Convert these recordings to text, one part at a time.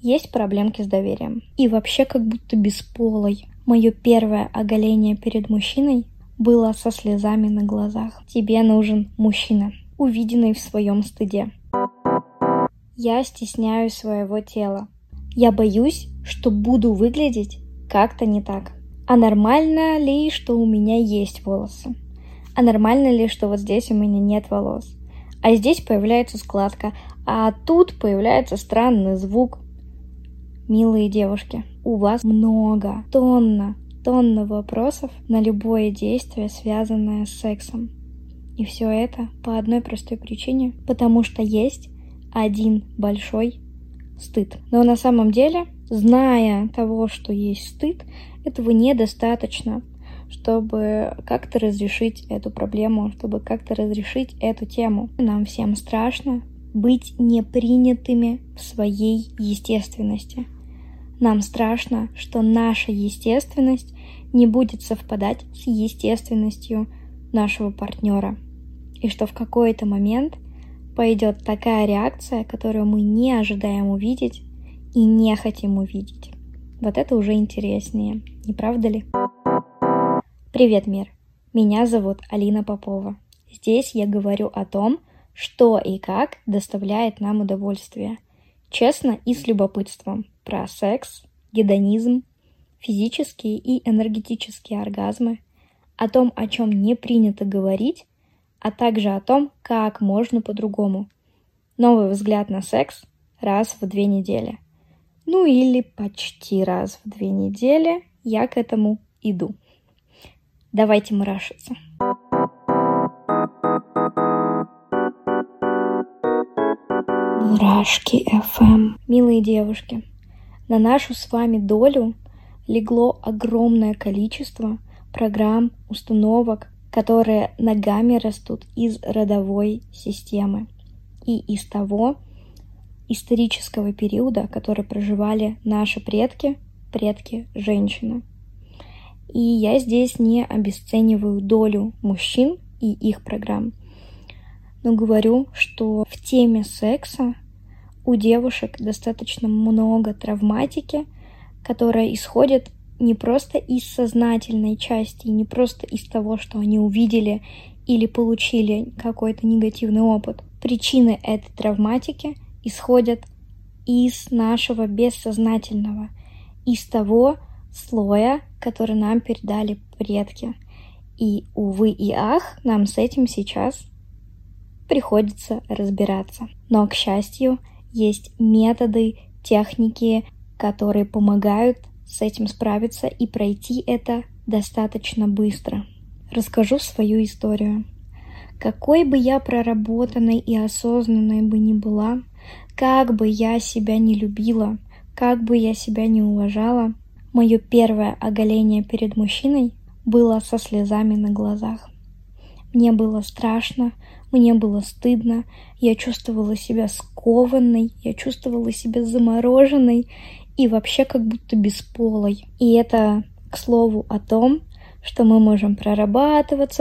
есть проблемки с доверием. И вообще как будто бесполой. Мое первое оголение перед мужчиной было со слезами на глазах. Тебе нужен мужчина, увиденный в своем стыде. Я стесняюсь своего тела. Я боюсь, что буду выглядеть как-то не так. А нормально ли, что у меня есть волосы? А нормально ли, что вот здесь у меня нет волос? А здесь появляется складка, а тут появляется странный звук. Милые девушки, у вас тонна вопросов на любое действие, связанное с сексом. И все это по одной простой причине, потому что есть один большой стыд. Но на самом деле, зная того, что есть стыд, этого недостаточно, чтобы как-то разрешить эту проблему, чтобы как-то разрешить эту тему. Нам всем страшно быть непринятыми в своей естественности. Нам страшно, что наша естественность не будет совпадать с естественностью нашего партнера. И что в какой-то момент пойдет такая реакция, которую мы не ожидаем увидеть и не хотим увидеть. Вот это уже интереснее, не правда ли? Привет, мир! Меня зовут Алина Попова. Здесь я говорю о том, что и как доставляет нам удовольствие. Честно и с любопытством. Про секс, гедонизм, физические и энергетические оргазмы, о том, о чем не принято говорить, а также о том, как можно по-другому. Новый взгляд на секс раз в 2 недели. Ну или почти раз в 2 недели я к этому иду. Давайте мурашиться. Мурашки FM. Милые девушки, на нашу с вами долю легло огромное количество программ, установок, которые ногами растут из родовой системы и из того исторического периода, который проживали наши предки женщины. И я здесь не обесцениваю долю мужчин и их программ, но говорю, что в теме секса у девушек достаточно много травматики, которая исходит не просто из сознательной части, не просто из того, что они увидели или получили какой-то негативный опыт. Причины этой травматики исходят из нашего бессознательного, из того слоя, который нам передали предки. И, увы и ах, нам с этим сейчас приходится разбираться. Но, к счастью, есть методы, техники, которые помогают с этим справиться и пройти это достаточно быстро. Расскажу свою историю. Какой бы я проработанной и осознанной бы ни была, как бы я себя не любила, как бы я себя не уважала, мое первое оголение перед мужчиной было со слезами на глазах. Мне было страшно, мне было стыдно, я чувствовала себя скованной, я чувствовала себя замороженной и вообще как будто бесполой. И это, к слову, о том, что мы можем прорабатываться,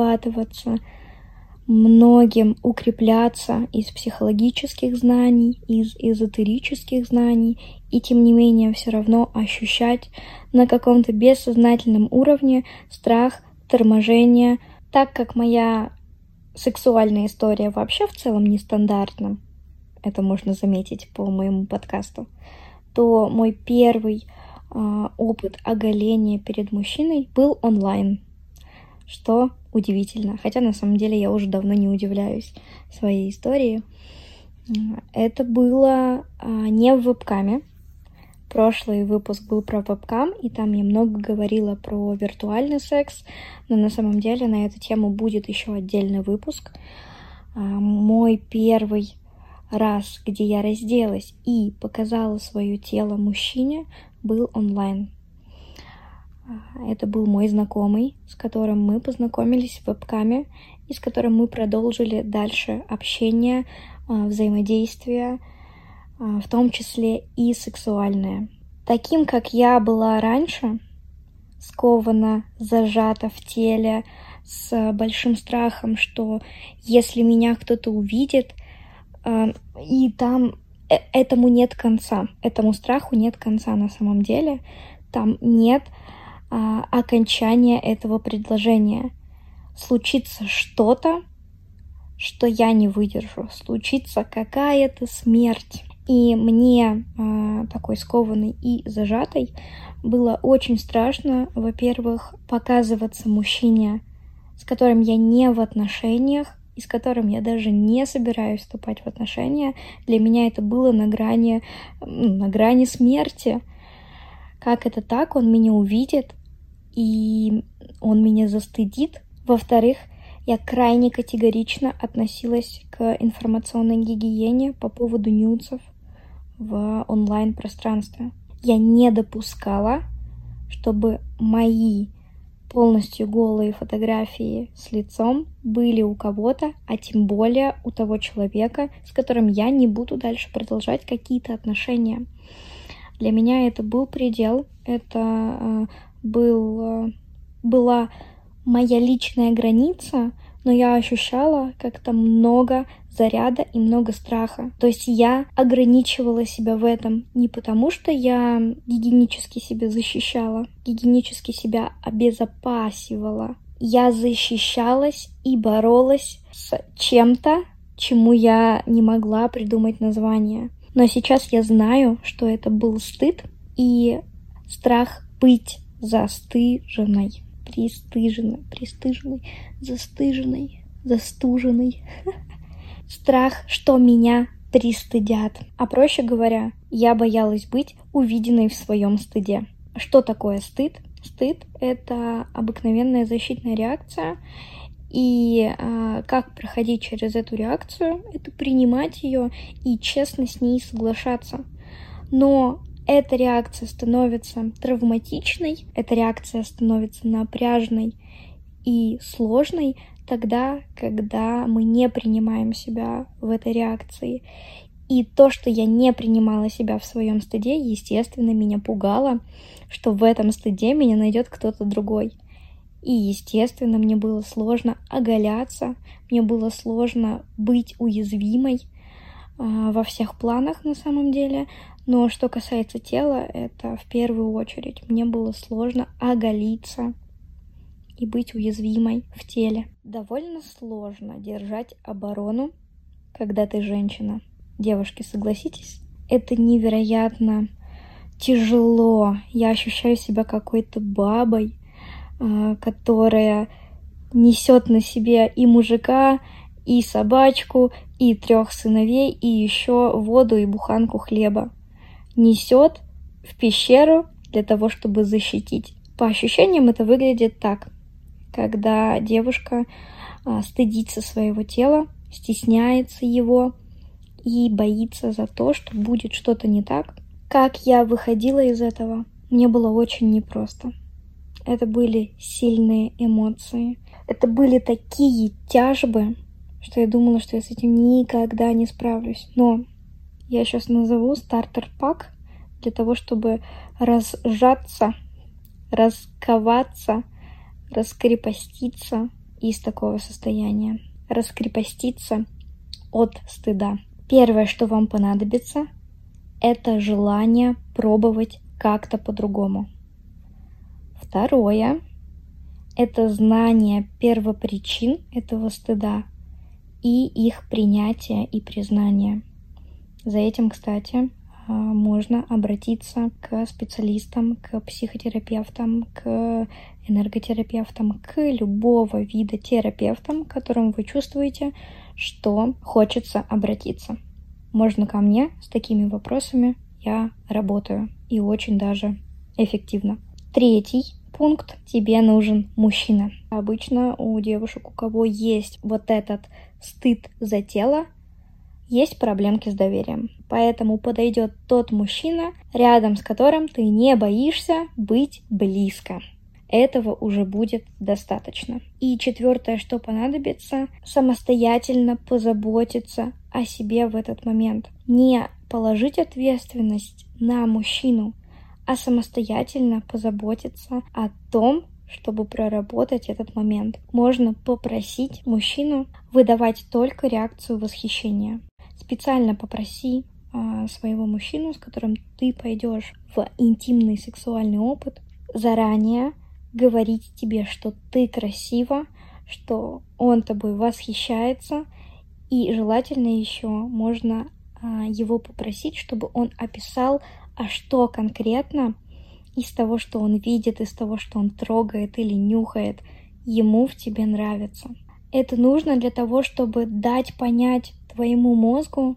многим укрепляться из психологических знаний, из эзотерических знаний, и тем не менее все равно ощущать на каком-то бессознательном уровне страх, торможение, так как моя сексуальная история вообще в целом нестандартна, это можно заметить по моему подкасту, то мой первый опыт оголения перед мужчиной был онлайн, что удивительно. Хотя на самом деле я уже давно не удивляюсь своей истории. Это было не в вебкаме. Прошлый выпуск был про вебкам, и там я много говорила про виртуальный секс, но на самом деле на эту тему будет еще отдельный выпуск. Мой первый раз, где я разделась и показала свое тело мужчине, был онлайн. Это был мой знакомый, с которым мы познакомились в вебкаме и с которым мы продолжили дальше общение, взаимодействие, в том числе и сексуальное. Таким, как я была раньше, скована, зажата в теле, с большим страхом, что если меня кто-то увидит, и там этому нет конца, этому страху нет конца на самом деле. Там нет окончания этого предложения. Случится что-то, что я не выдержу, случится какая-то смерть. И мне, такой скованной и зажатой, было очень страшно, во-первых, показываться мужчине, с которым я не в отношениях, и с которым я даже не собираюсь вступать в отношения. Для меня это было на грани смерти. Как это так? Он меня увидит, и он меня застыдит. Во-вторых, я крайне категорично относилась к информационной гигиене по поводу нюдсов в онлайн-пространстве. Я не допускала, чтобы мои полностью голые фотографии с лицом были у кого-то, а тем более у того человека, с которым я не буду дальше продолжать какие-то отношения. Для меня это был предел, это была моя личная граница, но я ощущала как-то много заряда и много страха. То есть я ограничивала себя в этом не потому, что я гигиенически себя защищала, гигиенически себя обезопасивала. Я защищалась и боролась с чем-то, чему я не могла придумать название. Но сейчас я знаю, что это был стыд и страх быть застыженной. Застуженной. Страх, что меня пристыдят. А проще говоря, я боялась быть увиденной в своем стыде. Что такое стыд? Стыд — это обыкновенная защитная реакция. И как проходить через эту реакцию? Это принимать ее и честно с ней соглашаться. Но эта реакция становится травматичной, эта реакция становится напряжной и сложной тогда, когда мы не принимаем себя в этой реакции. И то, что я не принимала себя в своем стыде, естественно, меня пугало, что в этом стыде меня найдет кто-то другой. И, естественно, мне было сложно оголяться, мне было сложно быть уязвимой во всех планах на самом деле. Но что касается тела, это в первую очередь мне было сложно оголиться и быть уязвимой в теле. Довольно сложно держать оборону, когда ты женщина. Девушки, согласитесь, это невероятно тяжело. Я ощущаю себя какой-то бабой, которая несет на себе и мужика, и собачку, и 3 сыновей, и еще воду и буханку хлеба. Несет в пещеру для того, чтобы защитить. По ощущениям это выглядит так, когда девушка стыдится своего тела, стесняется его и боится за то, что будет что-то не так. Как я выходила из этого, мне было очень непросто. Это были сильные эмоции. Это были такие тяжбы, что я думала, что я с этим никогда не справлюсь. Но я сейчас назову стартер-пак для того, чтобы разжаться, расковаться, раскрепоститься из такого состояния. Раскрепоститься от стыда. Первое, что вам понадобится, это желание пробовать как-то по-другому. Второе – это знание первопричин этого стыда и их принятие и признание. За этим, кстати, можно обратиться к специалистам, к психотерапевтам, к энерготерапевтам, к любого вида терапевтам, к которым вы чувствуете, что хочется обратиться. Можно ко мне с такими вопросами, я работаю и очень даже эффективно. Третий пункт – тебе нужен мужчина. Обычно у девушек, у кого есть вот этот стыд за тело, есть проблемки с доверием. Поэтому подойдет тот мужчина, рядом с которым ты не боишься быть близко. Этого уже будет достаточно. И четвертое, что понадобится, самостоятельно позаботиться о себе в этот момент. Не положить ответственность на мужчину, а самостоятельно позаботиться о том, чтобы проработать этот момент. Можно попросить мужчину выдавать только реакцию восхищения. Специально попроси, своего мужчину, с которым ты пойдешь в интимный сексуальный опыт, заранее говорить тебе, что ты красива, что он тобой восхищается, и желательно еще можно его попросить, чтобы он описал, а что конкретно из того, что он видит, из того, что он трогает или нюхает, ему в тебе нравится. Это нужно для того, чтобы дать понять твоему мозгу,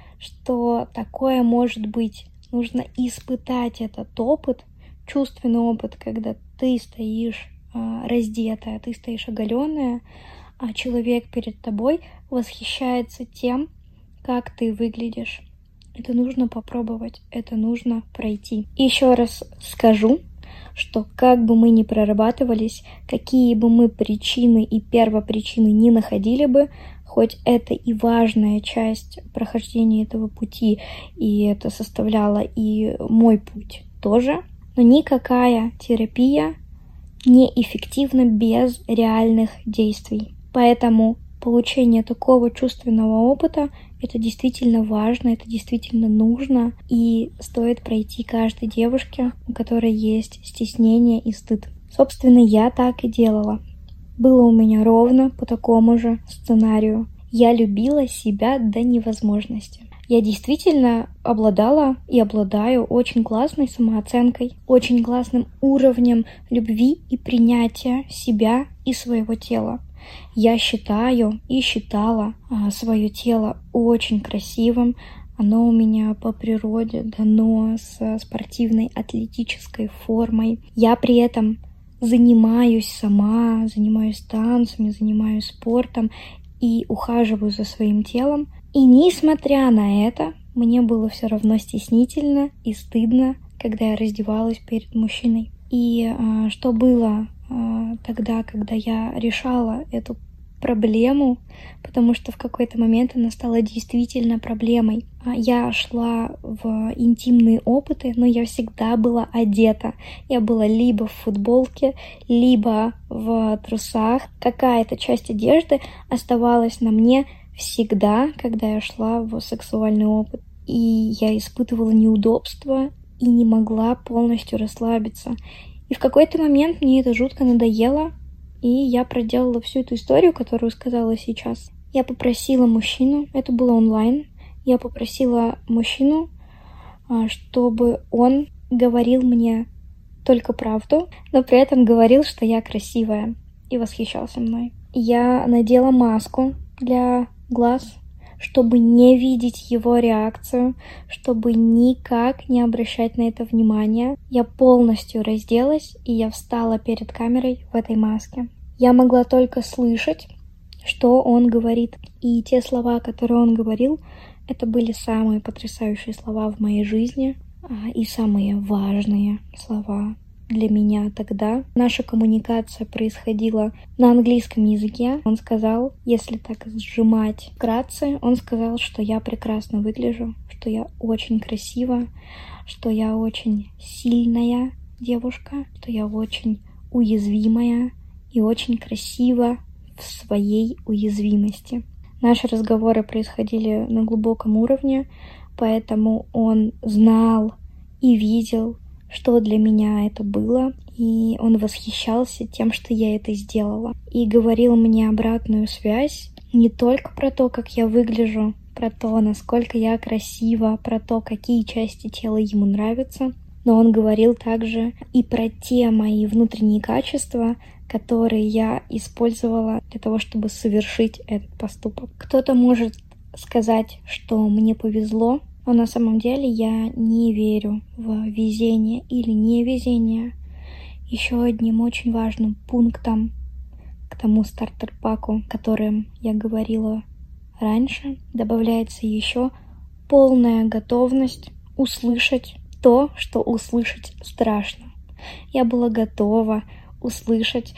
что такое может быть. Нужно испытать этот опыт, чувственный опыт, когда ты стоишь раздетая, ты стоишь оголенная, а человек перед тобой восхищается тем, как ты выглядишь. Это нужно попробовать, это нужно пройти. И еще раз скажу, что как бы мы ни прорабатывались, какие бы мы причины и первопричины не находили бы, хоть это и важная часть прохождения этого пути, и это составляло и мой путь тоже, но никакая терапия неэффективна без реальных действий. Поэтому получение такого чувственного опыта — это действительно важно, это действительно нужно, и стоит пройти каждой девушке, у которой есть стеснение и стыд. Собственно, я так и делала. Было у меня ровно по такому же сценарию. Я любила себя до невозможности. Я действительно обладала и обладаю очень классной самооценкой, очень классным уровнем любви и принятия себя и своего тела. Я считаю и считала свое тело очень красивым. Оно у меня по природе дано с спортивной атлетической формой. Я при этом занимаюсь сама, занимаюсь танцами, занимаюсь спортом и ухаживаю за своим телом. И несмотря на это, мне было все равно стеснительно и стыдно, когда я раздевалась перед мужчиной. И что было тогда, когда я решала эту проблему, потому что в какой-то момент она стала действительно проблемой. Я шла в интимные опыты, но я всегда была одета. Я была либо в футболке, либо в трусах. Какая-то часть одежды оставалась на мне всегда, когда я шла в сексуальный опыт. И я испытывала неудобства и не могла полностью расслабиться. И в какой-то момент мне это жутко надоело, и я проделала всю эту историю, которую сказала сейчас. Я попросила мужчину, это было онлайн, я попросила мужчину, чтобы он говорил мне только правду, но при этом говорил, что я красивая, и восхищался мной. Я надела маску для глаз, чтобы не видеть его реакцию, чтобы никак не обращать на это внимания. Я полностью разделась, и я встала перед камерой в этой маске. Я могла только слышать, что он говорит. И те слова, которые он говорил, это были самые потрясающие слова в моей жизни и самые важные слова для меня тогда. Наша коммуникация происходила на английском языке. Он сказал, если так сжимать вкратце, он сказал, что я прекрасно выгляжу, что я очень красива, что я очень сильная девушка, что я очень уязвимая и очень красива в своей уязвимости. Наши разговоры происходили на глубоком уровне, поэтому он знал и видел, что для меня это было, и он восхищался тем, что я это сделала. И говорил мне обратную связь не только про то, как я выгляжу, про то, насколько я красива, про то, какие части тела ему нравятся, но он говорил также и про те мои внутренние качества, которые я использовала для того, чтобы совершить этот поступок. Кто-то может сказать, что мне повезло, но на самом деле я не верю в везение или невезение. Еще одним очень важным пунктом к тому стартер-паку, о котором я говорила раньше, добавляется еще полная готовность услышать то, что услышать страшно. Я была готова услышать,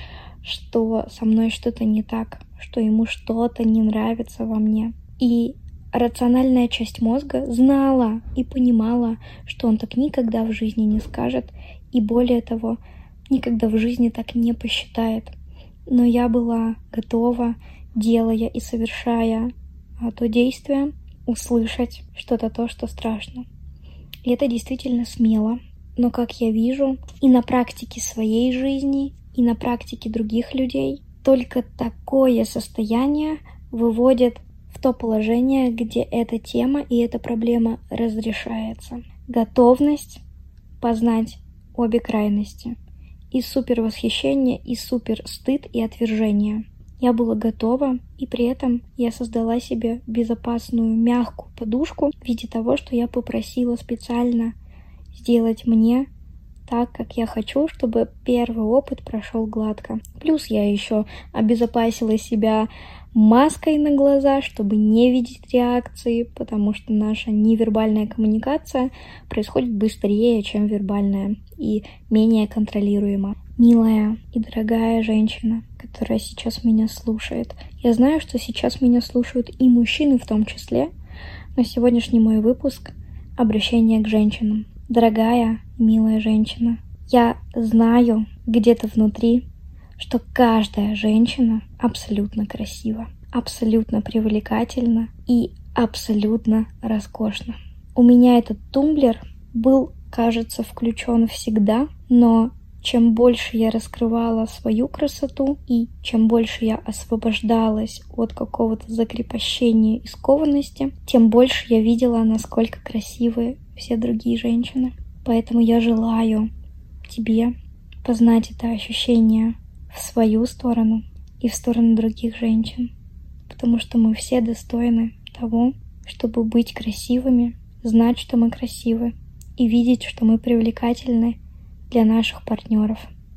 что со мной что-то не так, что ему что-то не нравится во мне. И рациональная часть мозга знала и понимала, что он так никогда в жизни не скажет, и более того, никогда в жизни так не посчитает. Но я была готова, делая и совершая то действие, услышать что-то то, что страшно. И это действительно смело. Но, как я вижу, и на практике своей жизни, и на практике других людей, только такое состояние выводит в то положение, где эта тема и эта проблема разрешается. Готовность познать обе крайности. И супер восхищение, и супер стыд и отвержение. Я была готова, и при этом я создала себе безопасную, мягкую подушку в виде того, что я попросила специально сделать мне так, как я хочу, чтобы первый опыт прошел гладко. Плюс я еще обезопасила себя маской на глаза, чтобы не видеть реакции, потому что наша невербальная коммуникация происходит быстрее, чем вербальная, и менее контролируема. Милая и дорогая женщина, которая сейчас меня слушает. Я знаю, что сейчас меня слушают и мужчины в том числе, но сегодняшний мой выпуск — обращение к женщинам. Дорогая, милая женщина, я знаю где-то внутри, что каждая женщина абсолютно красива, абсолютно привлекательна и абсолютно роскошна. У меня этот тумблер был, кажется, включен всегда, но чем больше я раскрывала свою красоту и чем больше я освобождалась от какого-то закрепощения и скованности, тем больше я видела, насколько красивы все другие женщины. Поэтому я желаю тебе познать это ощущение в свою сторону и в сторону других женщин, потому что мы все достойны того, чтобы быть красивыми, знать, что мы красивы, и видеть, что мы привлекательны для наших партнеров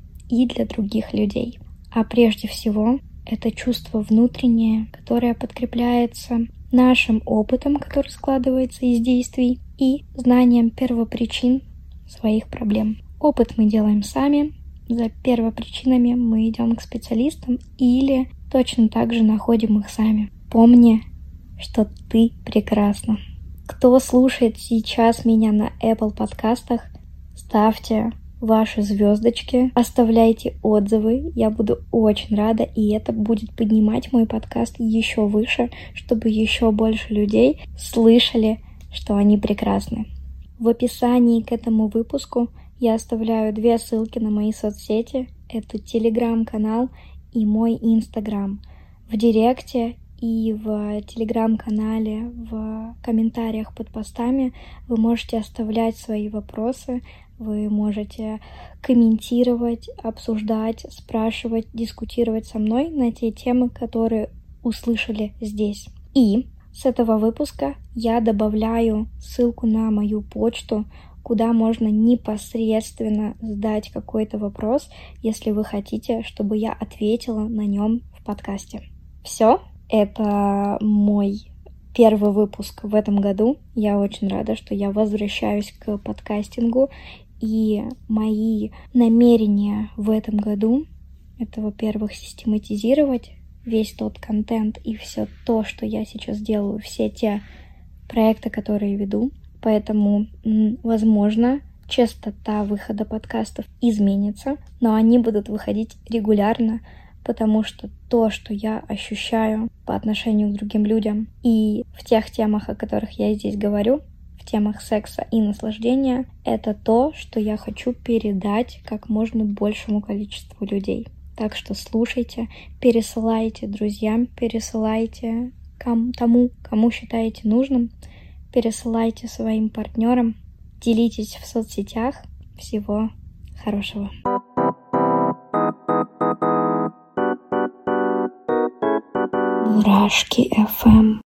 и для других людей. А прежде всего, это чувство внутреннее, которое подкрепляется нашим опытом, который складывается из действий, и знанием первопричин своих проблем. Опыт мы делаем сами, за первопричинами мы идем к специалистам или точно так же находим их сами. Помни, что ты прекрасна. Кто слушает сейчас меня на Apple подкастах, ставьте ваши звездочки, оставляйте отзывы, я буду очень рада, и это будет поднимать мой подкаст еще выше, чтобы еще больше людей слышали, что они прекрасны. В описании к этому выпуску я оставляю 2 ссылки на мои соцсети. Это Telegram-канал и мой Instagram. В директе и в Telegram-канале, в комментариях под постами вы можете оставлять свои вопросы, вы можете комментировать, обсуждать, спрашивать, дискутировать со мной на те темы, которые услышали здесь. И с этого выпуска я добавляю ссылку на мою почту, куда можно непосредственно задать какой-то вопрос, если вы хотите, чтобы я ответила на нем в подкасте. Все, это мой первый выпуск в этом году. Я очень рада, что я возвращаюсь к подкастингу, и мои намерения в этом году — это, во-первых, систематизировать весь тот контент и все то, что я сейчас делаю, все те проекты, которые веду. Поэтому, возможно, частота выхода подкастов изменится, но они будут выходить регулярно, потому что то, что я ощущаю по отношению к другим людям и в тех темах, о которых я здесь говорю, в темах секса и наслаждения, это то, что я хочу передать как можно большему количеству людей. Так что слушайте, пересылайте друзьям, пересылайте тому, кому считаете нужным, пересылайте своим партнерам, делитесь в соцсетях. Всего хорошего. Мурашки FM.